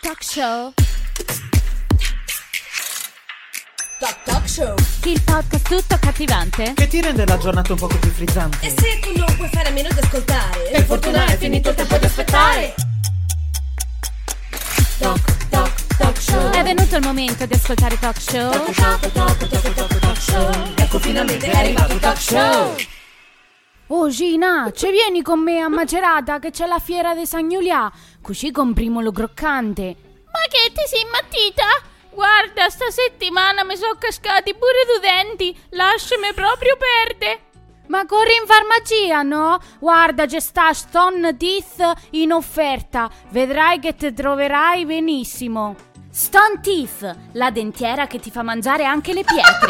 Talk Show. Talk Show. Il podcast tutto accattivante che ti rende la giornata un poco più frizzante. E se tu non puoi fare a meno di ascoltare, per fortuna è finito il tempo di aspettare. Talk Show. È venuto il momento di ascoltare Talk Show. Talk Show. Ecco finalmente è arrivato il Talk Show. Oh Gina, ci vieni con me a Macerata che c'è la fiera di San Giulià, così compriamo lo croccante. Ma che ti sei immattita? Guarda, sta settimana mi sono cascati pure due denti, lasciami proprio perdere. Ma corri in farmacia, no? Guarda, c'è sta Stone Teeth in offerta, vedrai che ti troverai benissimo. Stone Teeth, la dentiera che ti fa mangiare anche le pietre.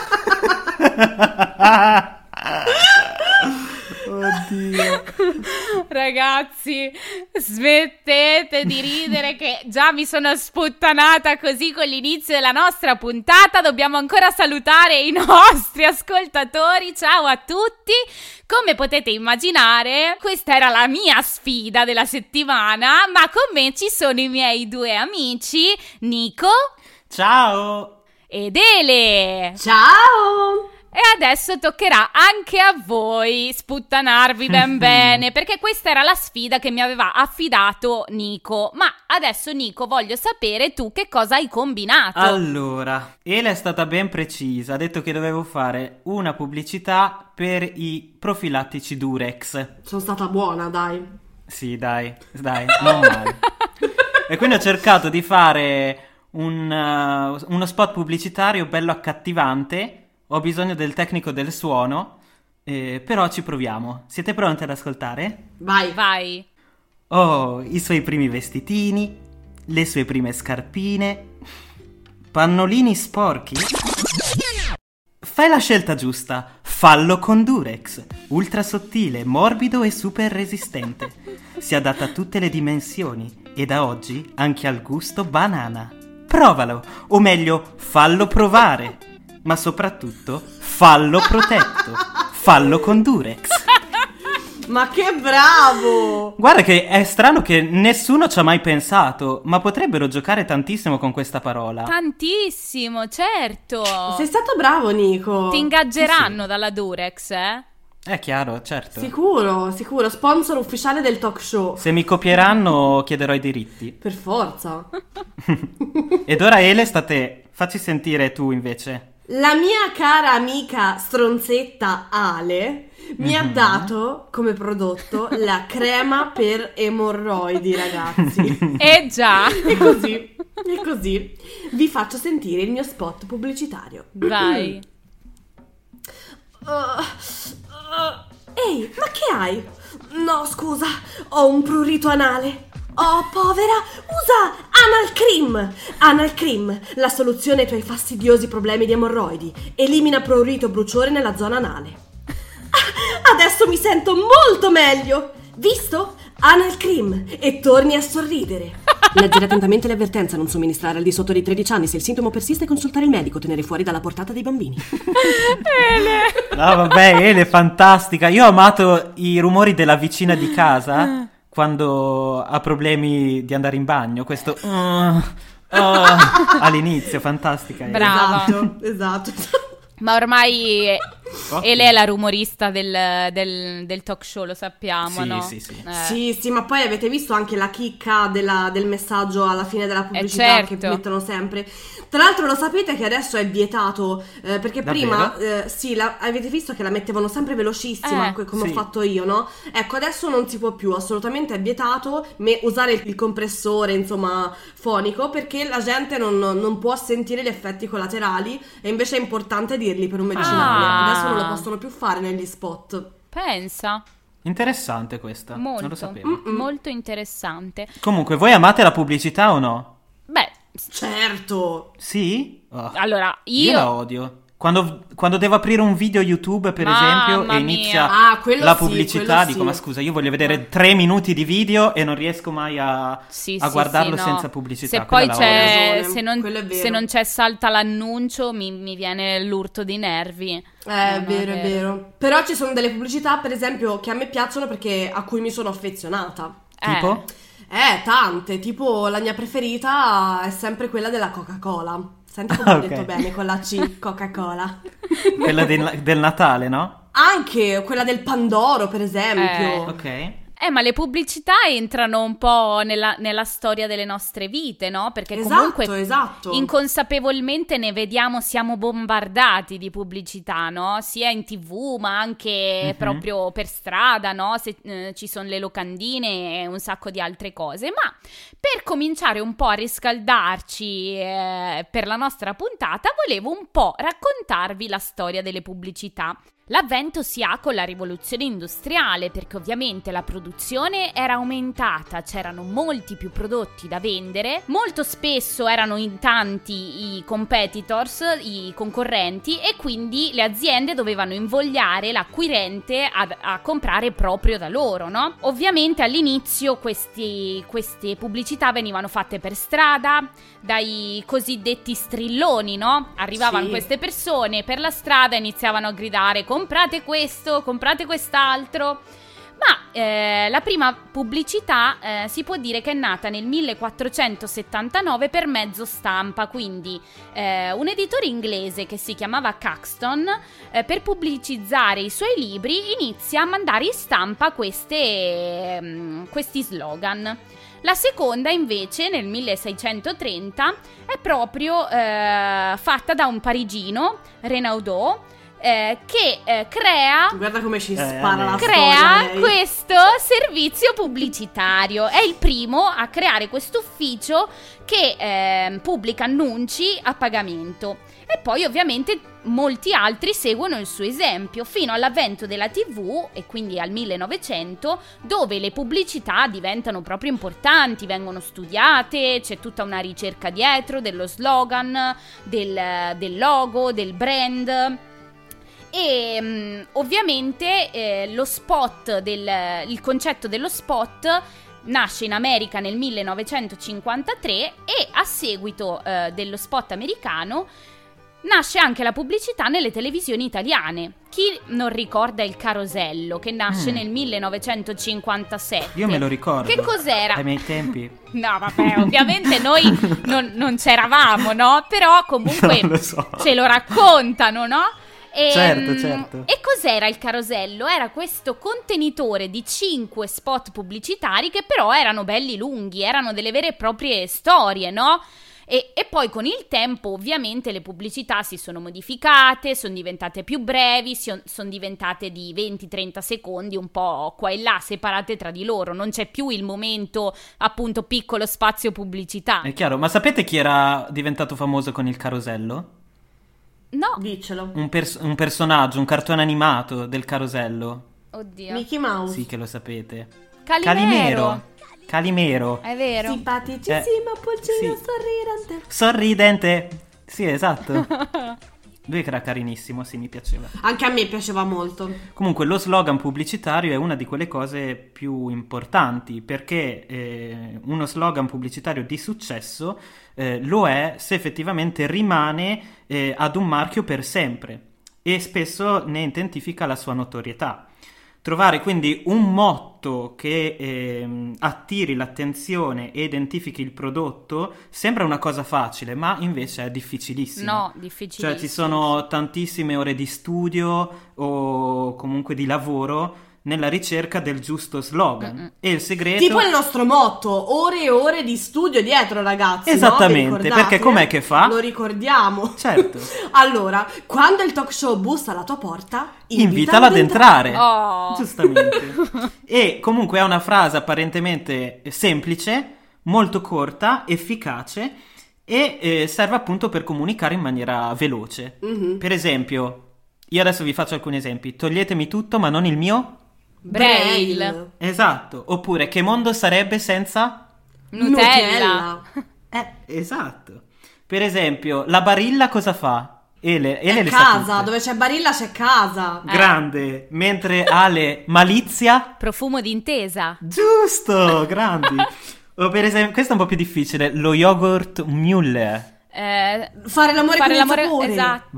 Oddio. Ragazzi, smettete di ridere che già mi sono sputtanata così con l'inizio della nostra puntata. Dobbiamo ancora salutare i nostri ascoltatori. Ciao a tutti. Come potete immaginare, questa era la mia sfida della settimana, ma con me ci sono i miei due amici, Nico. Ciao. Ed Ele. Ciao. E adesso toccherà anche a voi sputtanarvi ben bene, perché questa era la sfida che mi aveva affidato Nico. Ma adesso, Nico, voglio sapere tu che cosa hai combinato. Allora, Ele è stata ben precisa, ha detto che dovevo fare una pubblicità per i profilattici Durex. Sono stata buona, dai. Sì, dai, non male. E quindi ho cercato di fare uno spot pubblicitario bello accattivante. Ho bisogno del tecnico del suono, però ci proviamo. Siete pronti ad ascoltare? Vai. Oh, i suoi primi vestitini, le sue prime scarpine, pannolini sporchi. Fai la scelta giusta, fallo con Durex, ultra sottile, morbido e super resistente. Si adatta a tutte le dimensioni e da oggi anche al gusto banana. Provalo, o meglio, fallo provare. Ma soprattutto, fallo protetto. Fallo con Durex. Ma che bravo! Guarda che è strano che nessuno ci ha mai pensato, ma potrebbero giocare tantissimo con questa parola. Tantissimo, certo. Sei stato bravo, Nico. Ti ingaggeranno dalla Durex, eh? È chiaro, certo. Sicuro, sponsor ufficiale del talk show. Se mi copieranno chiederò i diritti. Per forza. Ed ora Ele, sta a te. Facci sentire tu invece. La mia cara amica stronzetta Ale mi ha dato come prodotto la crema per emorroidi, ragazzi. Già. E così vi faccio sentire il mio spot pubblicitario. Vai. Ehi, ma che hai? No, scusa, ho un prurito anale. Oh, povera, usa Anal Cream, la soluzione ai tuoi fastidiosi problemi di emorroidi. Elimina prurito bruciore nella zona anale. Adesso mi sento molto meglio. Visto? Anal Cream e torni a sorridere. Leggere attentamente le avvertenze, non somministrare al di sotto dei 13 anni. Se il sintomo persiste, consultare il medico, tenere fuori dalla portata dei bambini. Ele. No, vabbè, Ele è fantastica. Io ho amato i rumori della vicina di casa quando ha problemi di andare in bagno. Questo all'inizio, fantastica. Brava. Esatto. Ma ormai Ele è la rumorista del talk show, lo sappiamo, sì, no? Sì. Sì, ma poi avete visto anche la chicca del messaggio alla fine della pubblicità, certo, che mettono sempre. Tra l'altro lo sapete che adesso è vietato, perché davvero? prima avete visto che la mettevano sempre velocissima, come sì, ho fatto io, no? Ecco, adesso non si può più, assolutamente è vietato usare il compressore, insomma, fonico, perché la gente non può sentire gli effetti collaterali, e invece è importante dirli per un medicinale. Adesso non lo possono più fare negli spot. Pensa. Interessante questa, Molto, non lo sapevo. molto interessante. Comunque, voi amate la pubblicità o no? Beh, Certo. Sì? Oh, allora, io la odio. Quando devo aprire un video YouTube, per esempio, Mamma e inizia mia. Quello la sì, pubblicità, quello dico, sì. ma scusa, io voglio vedere 3 minuti di video e non riesco mai a guardarlo no. senza pubblicità. Se poi Quella la odio. c'è, ragione, quello è vero. se non c'è salta l'annuncio, mi viene l'urto di nervi. È vero. Però ci sono delle pubblicità, per esempio, che a me piacciono perché a cui mi sono affezionata. Tipo? Tante, tipo la mia preferita è sempre quella della Coca-Cola. Senti come ho detto bene con la C, Coca-Cola. Quella del Natale, no? Anche quella del Pandoro, per esempio. Ok. Ma le pubblicità entrano un po' nella storia delle nostre vite, no? Perché comunque esatto. inconsapevolmente ne vediamo, siamo bombardati di pubblicità, no? Sia in TV, ma anche proprio per strada, no? Se ci sono le locandine e un sacco di altre cose. Ma per cominciare un po' a riscaldarci per la nostra puntata, volevo un po' raccontarvi la storia delle pubblicità. L'avvento si ha con la rivoluzione industriale, perché ovviamente la produzione era aumentata, c'erano molti più prodotti da vendere, molto spesso erano in tanti i competitors, i concorrenti, e quindi le aziende dovevano invogliare l'acquirente a comprare proprio da loro, no? Ovviamente all'inizio queste pubblicità venivano fatte per strada, dai cosiddetti strilloni, no? Arrivavano queste persone per la strada e iniziavano a gridare: comprate questo, comprate quest'altro. Ma la prima pubblicità si può dire che è nata nel 1479 per mezzo stampa, quindi un editore inglese che si chiamava Caxton, per pubblicizzare i suoi libri inizia a mandare in stampa questi slogan. La seconda invece nel 1630 è proprio fatta da un parigino, Renaudot, che crea Guarda come ci spara la crea storia, questo servizio pubblicitario. È il primo a creare questo ufficio che pubblica annunci a pagamento, e poi ovviamente molti altri seguono il suo esempio fino all'avvento della TV, e quindi al 1900, dove le pubblicità diventano proprio importanti, vengono studiate, c'è tutta una ricerca dietro dello slogan, del logo, del brand. E ovviamente lo spot il concetto dello spot nasce in America nel 1953, e a seguito dello spot americano nasce anche la pubblicità nelle televisioni italiane. Chi non ricorda il Carosello, che nasce nel 1957? Io me lo ricordo. Che cos'era? Ai miei tempi. No, vabbè, ovviamente noi non c'eravamo, no? Però comunque Non lo so. ce lo raccontano, no? Certo. E cos'era il Carosello? Era questo contenitore di 5 spot pubblicitari che però erano belli lunghi, erano delle vere e proprie storie, no? E poi con il tempo ovviamente le pubblicità si sono modificate, sono diventate più brevi, sono diventate di 20-30 secondi, un po' qua e là, separate tra di loro. Non c'è più il momento, appunto, piccolo spazio pubblicità. È chiaro, ma sapete chi era diventato famoso con il Carosello? No. Diccelo. Un personaggio, un cartone animato del Carosello. Oddio. Mickey Mouse. Sì che lo sapete. Calimero. Calimero. È vero. Simpaticissimo pulcino sì. sorridente. Sorridente. Sì, esatto. Lui che era carinissimo, sì, mi piaceva. Anche a me piaceva molto. Comunque lo slogan pubblicitario è una di quelle cose più importanti, perché uno slogan pubblicitario di successo lo è se effettivamente rimane ad un marchio per sempre, e spesso ne identifica la sua notorietà. Trovare quindi un motto che attiri l'attenzione e identifichi il prodotto sembra una cosa facile, ma invece è difficilissimo. No, difficilissimo. Cioè ci sono tantissime ore di studio o comunque di lavoro nella ricerca del giusto slogan. E il segreto... Tipo il nostro motto, ore e ore di studio dietro, ragazzi. Esattamente, no? perché com'è che fa? Lo ricordiamo. Certo. Allora, quando il talk show bussa alla tua porta, invitala ad entrare. Oh. Giustamente. E comunque è una frase apparentemente semplice, molto corta, efficace, e serve appunto per comunicare in maniera veloce. Per esempio, io adesso vi faccio alcuni esempi. Toglietemi tutto ma non il mio Braille. Esatto. Oppure, che mondo sarebbe senza Nutella. esatto. Per esempio, la Barilla cosa fa? Ele È le sa casa, tutte. dove c'è Barilla c'è casa. Grande. Mentre Ale Malizia, Profumo d'intesa. giusto, grandi. O per esempio, questo è un po' più difficile, lo yogurt Müller. Fare l'amore con il sapore. Esatto.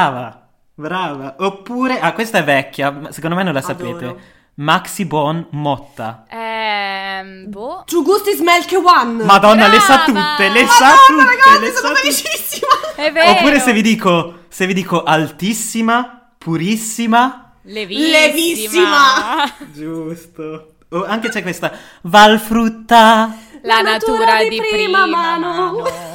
Brava. Oppure, questa è vecchia, secondo me non la sapete. Adoro. Maxi Bon Motta. Boh. Two gusti smell che one. Madonna, le sa Brava! tutte, le Madonna, sa tutte, ragazzi, le sa sono tutte. felicissima. È vero. Oppure se vi dico altissima, purissima. Levissima. Giusto. Oh, anche c'è questa Valfrutta. La natura di prima mano.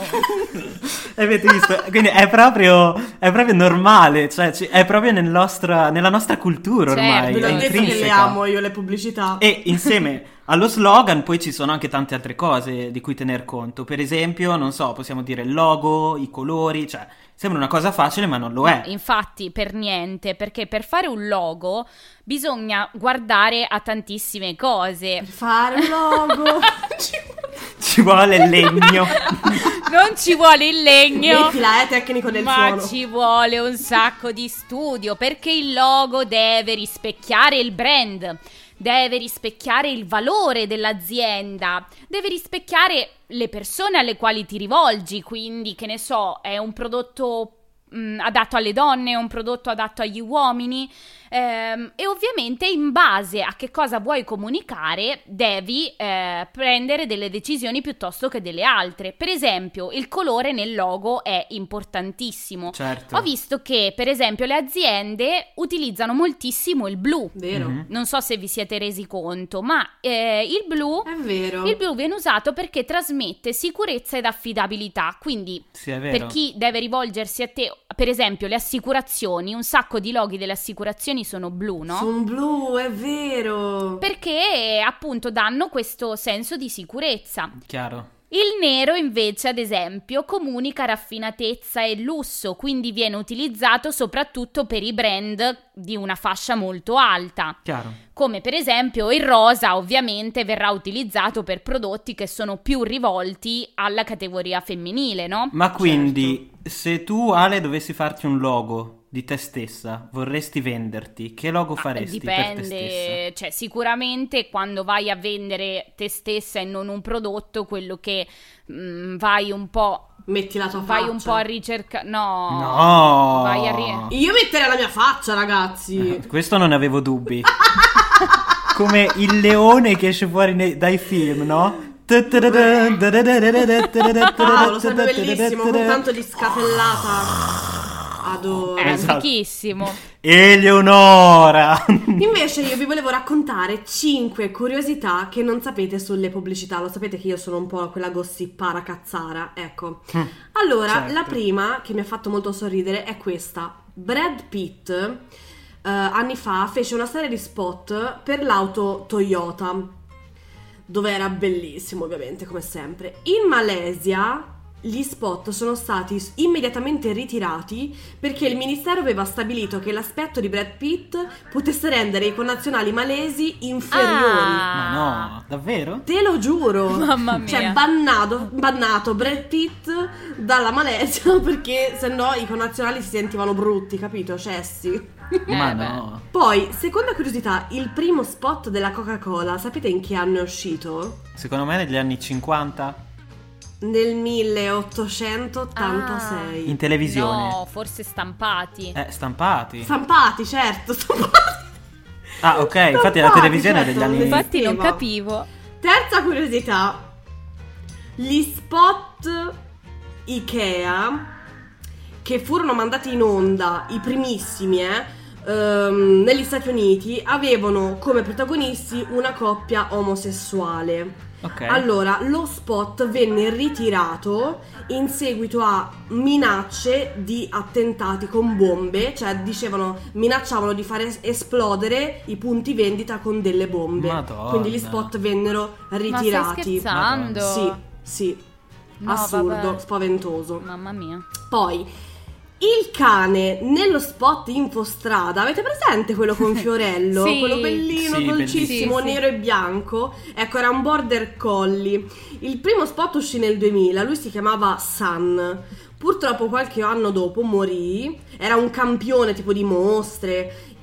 Avete visto? Quindi è proprio normale, cioè è proprio nella nostra cultura ormai. Certo. Ve È l'ho detto che le intrinseca. amo io le pubblicità. E insieme allo slogan poi ci sono anche tante altre cose di cui tener conto. Per esempio, non so, possiamo dire il logo, i colori, cioè sembra una cosa facile ma non lo è. Infatti, per niente, perché per fare un logo bisogna guardare a tantissime cose. Per fare un logo Ci vuole il legno. Non ci vuole il legno, mettila, tecnico del ma suono. ci vuole un sacco di studio, perché il logo deve rispecchiare il brand, deve rispecchiare il valore dell'azienda, deve rispecchiare le persone alle quali ti rivolgi, quindi che ne so, è un prodotto adatto alle donne, è un prodotto adatto agli uomini, e ovviamente in base a che cosa vuoi comunicare devi prendere delle decisioni piuttosto che delle altre. Per esempio, il colore nel logo è importantissimo. Certo. Ho visto che per esempio le aziende utilizzano moltissimo il blu. Vero. Non so se vi siete resi conto, ma il blu È vero. il blu viene usato perché trasmette sicurezza ed affidabilità, quindi Sì, è vero. per chi deve rivolgersi a te, per esempio le assicurazioni, un sacco di loghi delle assicurazioni sono blu, no? Sono blu, è vero. Perché appunto danno questo senso di sicurezza. Chiaro. Il nero invece, ad esempio, comunica raffinatezza e lusso, quindi viene utilizzato soprattutto per i brand di una fascia molto alta. Chiaro. Come per esempio il rosa ovviamente verrà utilizzato per prodotti che sono più rivolti alla categoria femminile, no? Ma quindi, se tu, Ale, dovessi farti un logo di te stessa, vorresti venderti, che logo faresti per te stessa? Dipende, cioè sicuramente quando vai a vendere te stessa e non un prodotto, quello che vai un po'... Metti la tua faccia. Vai un po' a ricercare... No! No! Vai a Io metterei la mia faccia, ragazzi. Questo non avevo dubbi. Come il leone che esce fuori dai film, no? Cavolo, sarebbe bellissimo, con tanto di scatellata. Adoro. È Esatto. fichissimo. Eleonora! Invece io vi volevo raccontare 5 curiosità che non sapete sulle pubblicità. Lo sapete che io sono un po' quella gossipara cazzara. Ecco. Allora, certo. la prima che mi ha fatto molto sorridere è questa. Brad Pitt anni fa fece una serie di spot per l'auto Toyota, dove era bellissimo ovviamente come sempre. In Malesia gli spot sono stati immediatamente ritirati perché il ministero aveva stabilito che l'aspetto di Brad Pitt potesse rendere i connazionali malesi inferiori. Ma no, davvero? Te lo giuro. Mamma mia. Cioè bannato Brad Pitt dalla Malesia perché sennò i connazionali si sentivano brutti, capito? Cessi. Ma beh. no. Poi, seconda curiosità, il primo spot della Coca-Cola, sapete in che anno è uscito? Secondo me negli anni 50 Nel 1886. in televisione. No, forse stampati. Stampati. Stampati, certo, stampati. Ah, ok, infatti la Stampati, televisione certo, degli anni... Infatti non esisteva. capivo. Terza curiosità. Gli spot Ikea che furono mandati in onda, i primissimi, negli Stati Uniti, avevano come protagonisti una coppia omosessuale. Ok. Allora, lo spot venne ritirato in seguito a minacce di attentati con bombe, cioè minacciavano di fare esplodere i punti vendita con delle bombe. Madonna. Quindi gli spot vennero Ma stai ritirati. scherzando? Sì, No, assurdo, vabbè. spaventoso. Mamma mia. Poi il cane nello spot Infostrada, avete presente quello con Fiorello? Sì. Quello bellino, Sì, dolcissimo, bellissimo. Sì, sì. nero e bianco. Ecco, era un border collie. Il primo spot uscì nel 2000, lui si chiamava Sun. Purtroppo qualche anno dopo morì. Era un campione tipo di mostre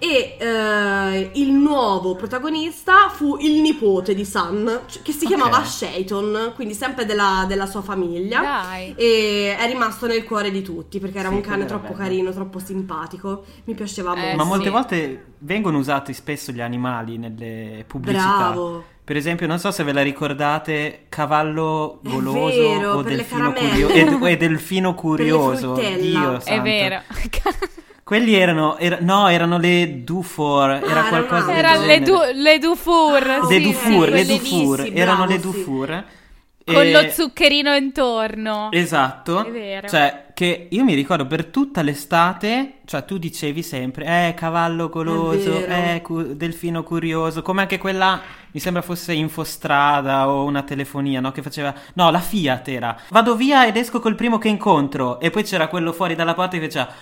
e il nuovo protagonista fu il nipote di Sun, che si chiamava Shayton, quindi sempre della sua famiglia. Dai. E è rimasto nel cuore di tutti perché era Sì, un cane quello era troppo bello. carino, troppo simpatico, mi piaceva molto. Ma molte sì. volte vengono usati spesso gli animali nelle pubblicità. Bravo. Per esempio, non so se ve la ricordate, cavallo È goloso vero, o per le delfino caramelle. e delfino curioso. fruttella. Dio È santo. vero. Quelli erano le Dufour, era era qualcosa un del Era genere. le Dufour. Ah, Le sì, Dufour, sì, le quelle Dufour, bellissime, erano le bravo, sì. Dufour. con E- lo zuccherino intorno. Esatto. È vero. Cioè, che io mi ricordo per tutta l'estate, cioè tu dicevi sempre, cavallo goloso, È vero. delfino curioso, come anche quella, mi sembra fosse Infostrada o una telefonia, no? Che faceva, no, la Fiat era, vado via ed esco col primo che incontro, e poi c'era quello fuori dalla porta che faceva,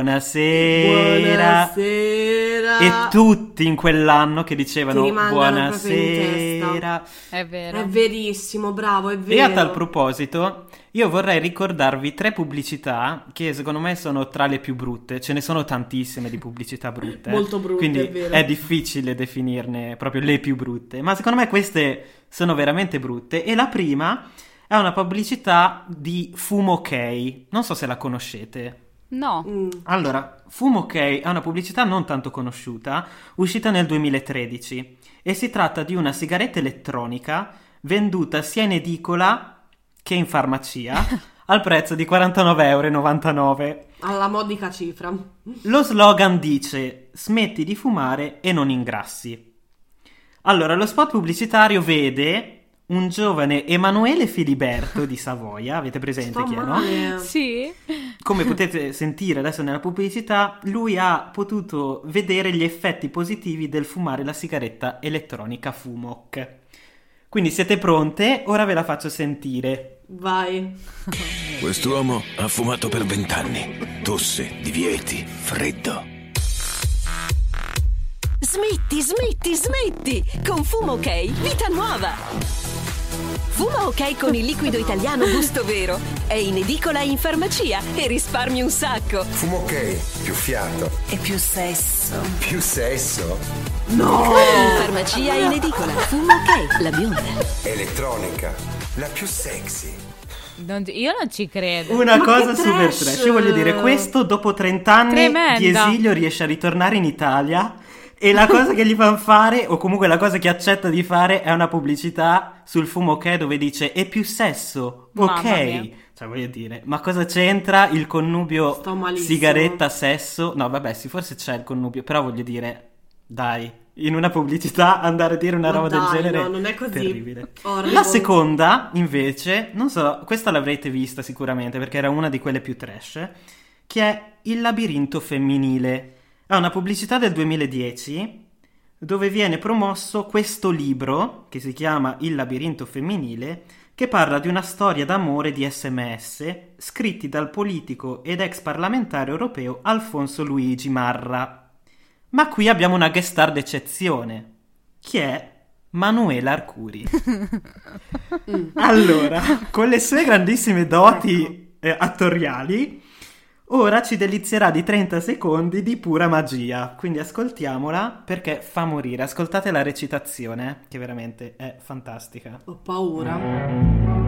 buonasera. Buonasera. E tutti in quell'anno che dicevano, Ti rimangono proprio in buonasera. È vero. È verissimo, bravo, è vero. E a tal proposito, io vorrei ricordarvi 3 pubblicità che secondo me sono tra le più brutte. Ce ne sono tantissime di pubblicità brutte. Molto brutte, quindi è vero. è difficile definirne proprio le più brutte. Ma secondo me queste sono veramente brutte. E la prima è una pubblicità di Fumo Ok. Non so se la conoscete. No. Allora, Fumo Ok è una pubblicità non tanto conosciuta, uscita nel 2013 e si tratta di una sigaretta elettronica venduta sia in edicola che in farmacia al prezzo di 49,99 €. Alla modica cifra. Lo slogan dice: smetti di fumare e non ingrassi. Allora, lo spot pubblicitario vede un giovane Emanuele Filiberto di Savoia, avete presente Sto chi è, no? male. Sì. Come potete sentire adesso nella pubblicità, lui ha potuto vedere gli effetti positivi del fumare la sigaretta elettronica Fumoc. Quindi siete pronte? Ora ve la faccio sentire. Vai. Quest'uomo ha fumato per 20 anni. Tosse, divieti, freddo. Smetti! Con Fumo Ok, vita nuova! Fuma Ok con il liquido italiano Gusto Vero. È in edicola e in farmacia e risparmi un sacco. Fumo ok, più fiato, E più sesso. più sesso, In farmacia e in edicola. Fumo Ok, la bionda. elettronica, la più sexy. Io non ci credo. Una Ma cosa che super trash! trash. Io voglio dire, questo dopo 30 anni Tremenda. di esilio riesce a ritornare in Italia e la cosa che gli fanno fare, o comunque la cosa che accetta di fare, è una pubblicità sul Fumo Ok dove dice è più sesso, Mamma ok. mia. Cioè voglio dire, ma cosa c'entra il connubio Sto malissimo. sigaretta, sesso? No vabbè, sì, forse c'è il connubio, però voglio dire, dai, in una pubblicità andare a dire una Ma roba del dai, genere no, non è così. terribile. Orribile. La seconda, invece, non so, questa l'avrete vista sicuramente perché era una di quelle più trash, che è Il labirinto femminile. È una pubblicità del 2010 dove viene promosso questo libro che si chiama Il labirinto femminile, che parla di una storia d'amore di SMS scritti dal politico ed ex parlamentare europeo Alfonso Luigi Marra. Ma qui abbiamo una guest star d'eccezione. Chi è? Manuela Arcuri. Allora, con le sue grandissime doti attoriali, ora ci delizierà di 30 secondi di pura magia. Quindi ascoltiamola perché fa morire. Ascoltate la recitazione, che veramente è fantastica. Ho paura.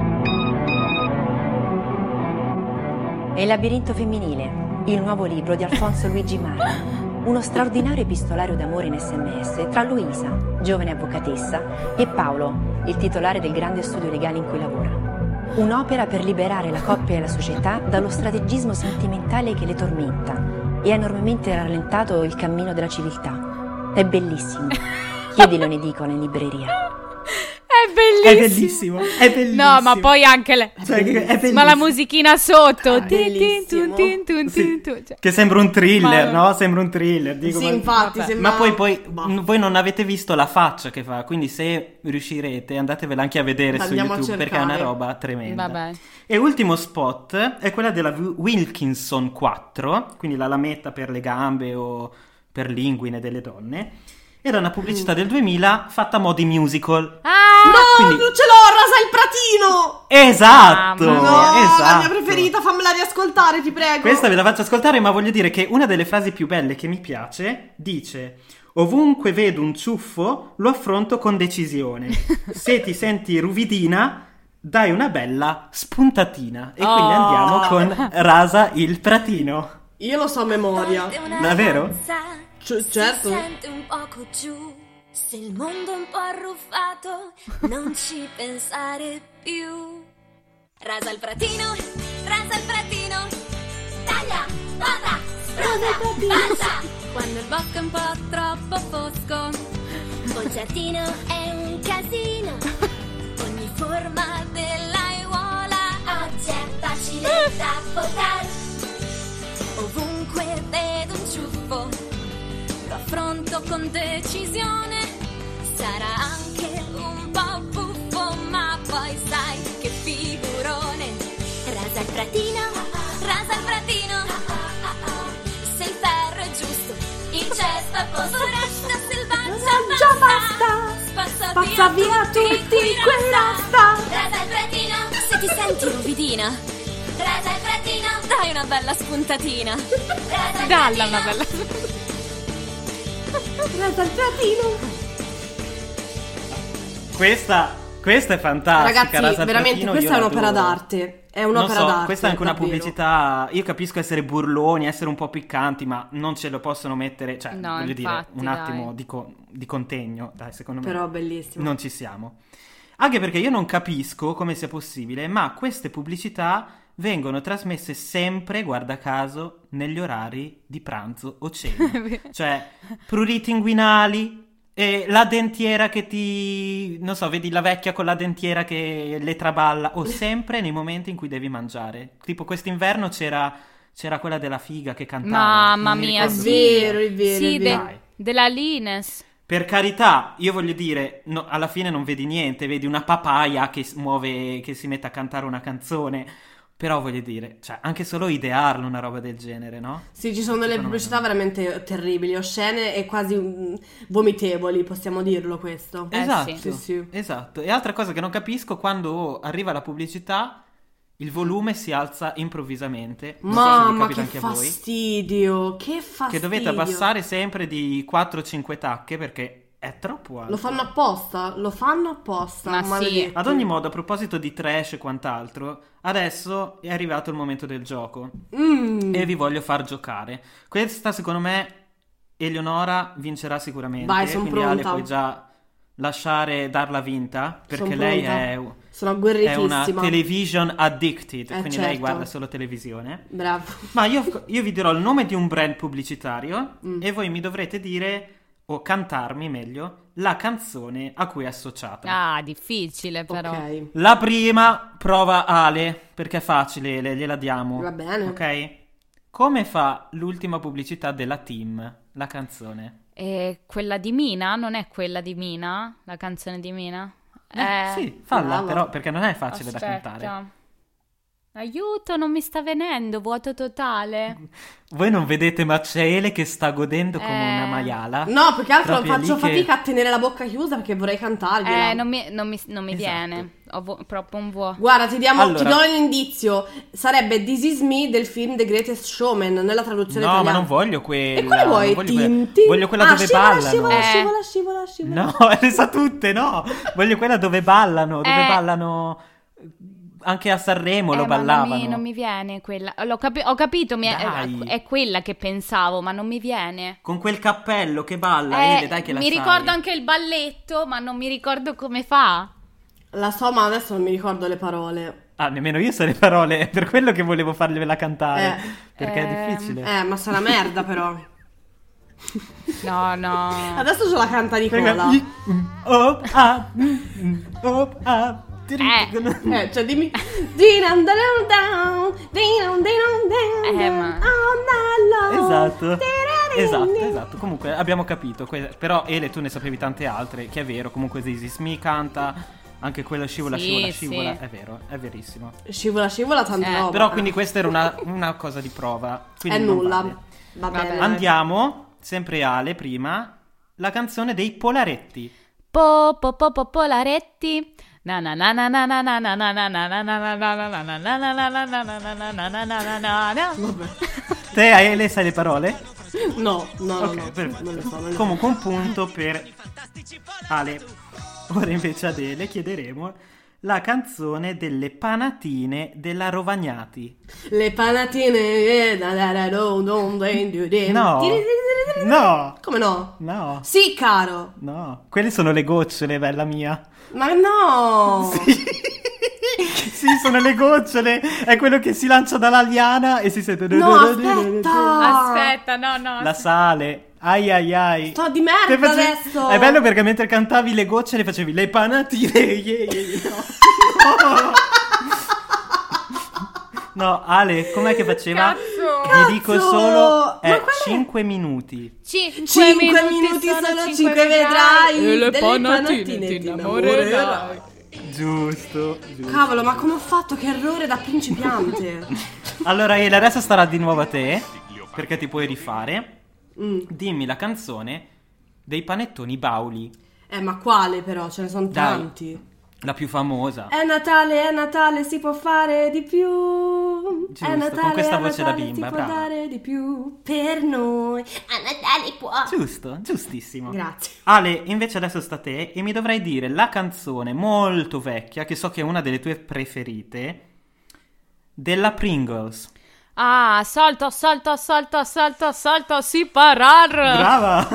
È Il labirinto femminile, il nuovo libro di Alfonso Luigi Marra. Uno straordinario epistolario d'amore in SMS tra Luisa, giovane avvocatessa, e Paolo, il titolare del grande studio legale in cui lavora. Un'opera per liberare la coppia e la società dallo strategismo sentimentale che le tormenta e ha enormemente rallentato il cammino della civiltà. È bellissimo. Chiedilo in edicola in libreria. È bellissimo. È bellissimo, è bellissimo. No, ma poi anche le... Cioè, che è bellissimo. Ma la musichina sotto. bellissimo. Sì, Cioè, che sembra un thriller, Ma- no? Sembra un thriller. Dico, Sì, ma- infatti, vabbè. sembra... Ma poi Bah. voi non avete visto la faccia che fa, quindi se riuscirete andatevela anche a vedere su Andiamo a YouTube perché è una cercare. roba tremenda. Vabbè. E ultimo spot è quella della Wilkinson 4, quindi la lametta per le gambe o per l'inguine delle donne. Era una pubblicità del 2000 fatta a mo' di musical. Ah, Quindi- non ce l'ho, Rasa il Pratino! Esatto! No, la esatto. mia preferita, fammela riascoltare, ti prego. Questa ve la faccio ascoltare, ma voglio dire che una delle frasi più belle che mi piace dice: ovunque vedo un ciuffo lo affronto con decisione. Se ti senti ruvidina, dai una bella spuntatina. E quindi andiamo con Rasa il Pratino. Io lo so a memoria. Davvero? Certo. Si sente un poco giù, se il mondo è un po' arruffato, non ci pensare più. Rasa il pratino, taglia, bada, sfrutta, basta. Quando il bosco è un po' troppo fosco, il giardino è un casino, ogni forma dell'aiuola oggi è facile da poter. Ovunque vedo un ciuffo, lo affronto con decisione. Sarà anche un po' buffo, ma poi sai che figurone. Rasa il pratino, se il ferro è giusto, il cesto è a posto. Resta selvaggia, basta, spazza via tutti quei rasta. Rasa il pratino, se ti senti ruvidina, rasa il pratino, dai una bella spuntatina. Dalla una bella. Rasa il Pratino. Questa è fantastica. Ragazzi, Rasa il veramente, Pratino, questa io è un'opera l'adoro. d'arte. È un'opera Non so, d'arte. questa è anche una davvero. pubblicità. Io capisco essere burloni, essere un po' piccanti, ma non ce lo possono mettere. Cioè, No, voglio infatti, dire, un attimo dai. di contegno. Dai, secondo me. Però bellissimo. Non ci siamo. Anche perché io non capisco come sia possibile, ma queste pubblicità vengono trasmesse sempre, guarda caso, negli orari di pranzo o cena. Cioè, pruriti inguinali. E la dentiera che ti... non so, vedi la vecchia con la dentiera che le traballa. O sempre nei momenti in cui devi mangiare. Tipo quest'inverno c'era quella della figa che cantava. Mamma Non mi mia, ricordo sì. bene. È vero, Sì, è vero. Dai. della Lines. Per carità, io voglio dire, no, alla fine non vedi niente, vedi una papaya che si mette a cantare una canzone. Però voglio dire, cioè, anche solo idearlo una roba del genere, no? Sì, ci sono delle pubblicità veramente terribili, oscene e quasi vomitevoli, possiamo dirlo questo. Esatto, Sì, sì. esatto. E altra cosa che non capisco, quando arriva la pubblicità, il volume si alza improvvisamente. Non so se vi Mamma, capita che anche a voi. fastidio, che fastidio. Che dovete abbassare sempre di 4-5 tacche perché è troppo alto. Lo fanno apposta, Ma sì. maledetti. Ad ogni modo, a proposito di trash e quant'altro, adesso è arrivato il momento del gioco e vi voglio far giocare. Questa, secondo me, Eleonora vincerà sicuramente. Vai, son quindi Ale, pronta. puoi già darla vinta, perché Son lei pronta. Sono è agguerritissima. una television addicted, quindi lei certo. guarda solo televisione. Bravo. Ma io vi dirò il nome di un brand pubblicitario e voi mi dovrete dire, o cantarmi meglio, la canzone a cui è associata. Ah, difficile però. Ok, La prima prova Ale, perché è facile, gliela diamo. va bene. Ok? Come fa l'ultima pubblicità della Team, la canzone? E quella di Mina? Non è quella di Mina? La canzone di Mina? Sì, falla, brava. però, perché non è facile da Aspetta. cantare. Aiuto, non mi sta venendo, vuoto totale. Voi non vedete, ma c'è Ele che sta godendo come una maiala. No, più che altro Proprio faccio lì che- fatica a tenere la bocca chiusa perché vorrei cantargliela. Non mi Esatto. viene. Ho proprio un vuoto. Guarda, ti Allora. do un indizio. Sarebbe This Is Me del film The Greatest Showman nella traduzione No, italiana. ma non voglio quella. E quale vuoi? non voglio quella. Tin, tin. Voglio quella dove scivola, ballano. Scivola. No, le sa tutte, no. Voglio quella dove ballano, anche a Sanremo lo Ma ballavano. non mi viene quella. Ho capito, Dai. è quella che pensavo, ma non mi viene. Con quel cappello che balla, Ele, dai che la mi sai. ricordo anche il balletto, ma non mi ricordo come fa. La so, ma adesso non mi ricordo le parole. Ah, nemmeno io so le parole, è per quello che volevo fargliela cantare. Perché è difficile. Ma sarà merda però. No. Adesso ce la canta Nicola. Cioè dimmi. Esatto. Comunque abbiamo capito. Però Ele, tu ne sapevi tante altre, che è vero. Comunque This Is Me canta. Anche quello scivola. Sì. È vero, è verissimo. Scivola, tanta roba. Però quindi questa era una cosa di prova. È Quindi non nulla. vale. Va bene. Andiamo, sempre Ale prima, la canzone dei Polaretti. Popolaretti. Na na na na na na na na na na na na na na na na. Te Ale sai le parole? No, Ok, no, perfetto. non le so. Comunque un punto per Ale. Ora invece ad Ale chiederemo la canzone delle panatine della Rovagnati. Le panatine. No. Come no? No. Sì, caro. No. Quelle sono le gocciole, bella mia. Ma no. Sì, sono le gocciole. È quello che si lancia dalla liana e si sente. No, aspetta. Aspetta, no. La sale. Ai ai ai. Sto di merda adesso. È bello perché mentre cantavi le gocciole facevi le panatine. No, Ale, com'è che faceva? Cazzo. Vi dico solo Ma qual è? 5 minuti. 5 minuti solo 5 vedrai. E le Delle panatine ti innamorerai. Giusto. Cavolo, ma come ho fatto? Che errore da principiante. Allora, Ele, adesso starà di nuovo a te, perché ti puoi rifare. Dimmi la canzone dei panettoni Bauli. Ma quale però? Ce ne sono Dai. tanti. La più famosa. È Natale, si può fare di più. Giusto, È Natale, con questa è voce da Natale, bimba, si può brava. dare di più. Per noi. A Natale può. Giusto, giustissimo. Grazie. Ale, invece adesso sta a te e mi dovrai dire la canzone molto vecchia, che so che è una delle tue preferite, della Pringles. Ah, salto, si parar. Brava!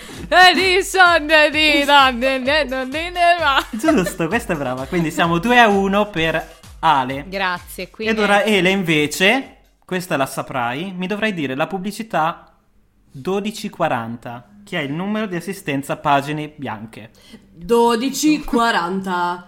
Giusto, questa è brava. Quindi siamo 2-1 per Ale. Grazie, quindi Ed ora Ele invece, questa la saprai, mi dovrai dire la pubblicità 1240, che è il numero di assistenza pagine bianche. 12:40.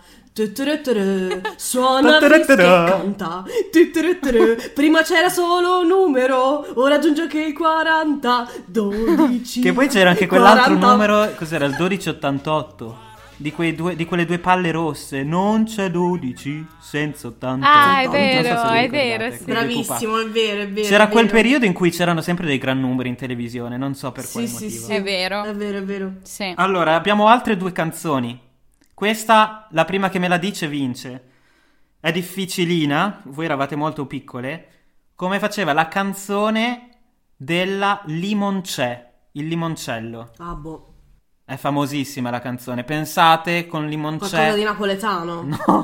Suona Frischi e canta. Prima c'era solo un numero, ora aggiunge anche il 40. 12. Che poi c'era anche quell'altro 40. numero, cos'era? Il 1288. Di quelle due palle rosse. Non c'è 12 senza 80. Ah, è Non so se vero, vi è ricordate, vero, sì. quei Bravissimo, è vero, è vero. C'era è quel vero. periodo in cui c'erano sempre dei gran numeri in televisione, non so per quale Sì, motivo. sì. È vero. È vero, è vero. Sì. Allora, abbiamo altre due canzoni. Questa, la prima che me la dice, vince. È difficilina, voi eravate molto piccole. Come faceva la canzone della Limoncè, il limoncello. Ah, boh. È famosissima la canzone. Pensate con Limoncè. Qualcosa di napoletano.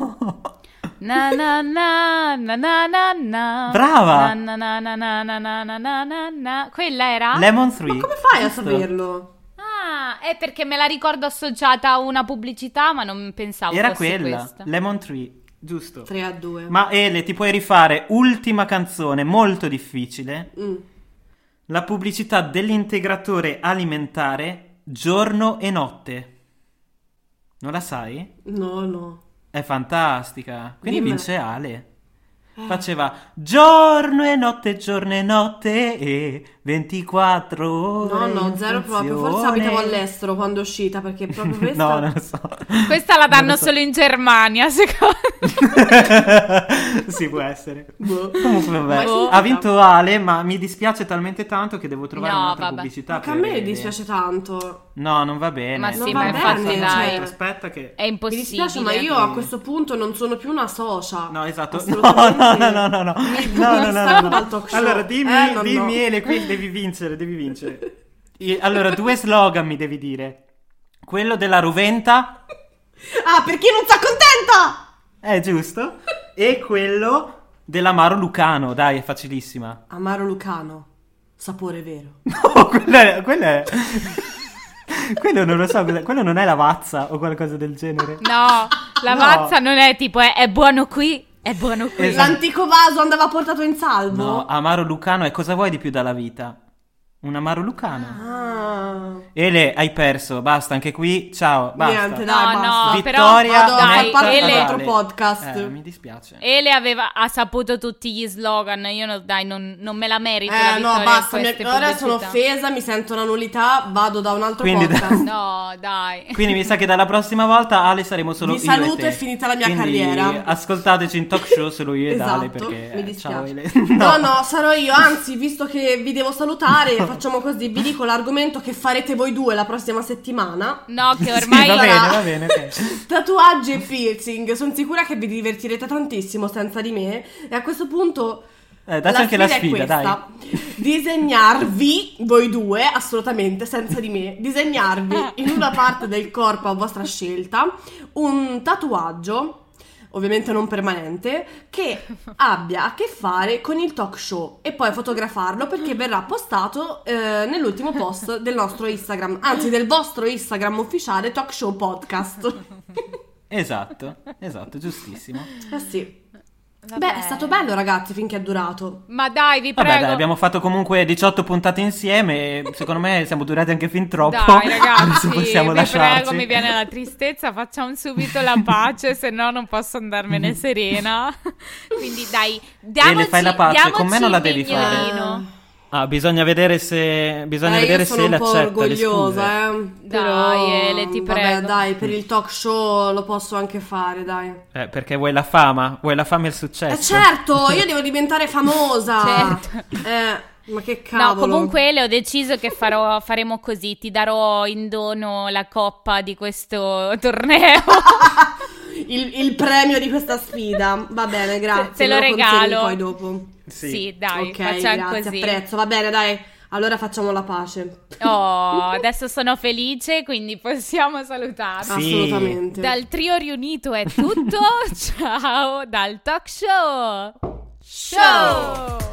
Na na na na na na na. Brava! Na na na na na na na na na na. Quella era? Lemon 3. Ma come fai a Giusto? saperlo? Ah, è perché me la ricordo associata a una pubblicità, ma non pensavo Era fosse quella. questa. Lemon 3, giusto. 3-2. Ma Ele, ti puoi rifare ultima canzone molto difficile. La pubblicità dell'integratore alimentare Giorno e Notte. Non la sai? No. È fantastica. Quindi Dimmela. vince Ale. Faceva giorno e notte e 24 ore. No, in zero proprio. Forse funzione. abitavo all'estero quando è uscita, perché proprio questa... No, non lo so. Questa la danno Non lo so. solo in Germania, secondo Sì, può essere. Boh. Comunque, vabbè. Boh. Ha vinto Ale, ma mi dispiace talmente tanto che devo trovare No, un'altra vabbè. pubblicità. Anche a per me Ele. dispiace tanto. No, non va bene. Ma sì, Non ma va infatti bene, dai. cioè. Aspetta che... È Mi impossibile. dispiace, ma io a questo punto non sono più una socia. No, esatto. No, Assolutamente. no. stacco dal talk show. Allora, dimmi, no. dimmi, Ele, qui devi vincere. Allora, 2 slogan mi devi dire. Quello della Roventa, Ah, per chi non sta contenta! è giusto, e quello dell'amaro lucano, dai, è facilissima. Amaro lucano, sapore vero. No, quello è... Quello non lo so, quello non è la Vazza o qualcosa del genere. No, la No. mazza non è tipo è buono qui, è buono qui. Esatto. L'antico vaso andava portato in salvo? No, amaro lucano è cosa vuoi di più dalla vita? Un amaro lucano. Ah. Ele, hai perso, basta, anche qui, ciao, basta. Niente, dai, No, basta. no, però Vittoria, Vado a far dai, parte Ele- dell'altro podcast. Mi dispiace. Ele ha saputo tutti gli slogan. Io non me la merito la No, vittoria basta, in queste ora sono pubblicità. offesa, mi sento una nullità, vado da un altro Quindi podcast. No, dai. Quindi mi sa che dalla prossima volta Ale saremo solo Vi io e saluto, te. è finita la mia Quindi carriera. Ascoltateci in talk show solo io ed Ale Esatto, perché mi dispiace. ciao Ele. No, sarò io, anzi, visto che vi devo salutare, facciamo così, vi dico l'argomento che farete voi voi due la prossima settimana. No, che ormai Sì, va bene, ok. Tatuaggi e piercing. Sono sicura che vi divertirete tantissimo senza di me. E a questo punto dacci anche la sfida, è questa. Disegnarvi, voi due, assolutamente, senza di me, disegnarvi in una parte del corpo a vostra scelta un tatuaggio, ovviamente non permanente, che abbia a che fare con il talk show, e poi fotografarlo perché verrà postato nell'ultimo post del nostro Instagram, anzi del vostro Instagram ufficiale, Talk Show Podcast. Esatto, giustissimo. Sì. Vabbè. Beh, è stato bello, ragazzi, finché è durato. Ma dai, vi prego. Vabbè, dai, abbiamo fatto comunque 18 puntate insieme e secondo me siamo durati anche fin troppo. Dai, ragazzi, Adesso possiamo vi lasciarci. prego, mi viene la tristezza, facciamo subito la pace, se no non posso andarmene serena. Quindi dai, Ele, fai la pace, con me non la devi il fare. mignolino. Bisogna vedere se io le sono un po' accetta le orgogliosa, scuse. Dai, Ele, ti prego. Vabbè, dai, per il talk show lo posso anche fare, dai. Perché vuoi la fama e il successo. Certo, io devo diventare famosa. Certo. Ma che cavolo. No, comunque Ele, ho deciso che faremo così, ti darò in dono la coppa di questo torneo. il premio di questa sfida. Va bene, grazie. Te lo me consegni regalo. poi dopo. Sì, dai, Ok, facciamo grazie, così. apprezzo. Va bene, dai. Allora facciamo la pace. Oh, adesso sono felice, quindi possiamo salutarci. Sì. Assolutamente. Dal trio riunito è tutto. Ciao dal talk show.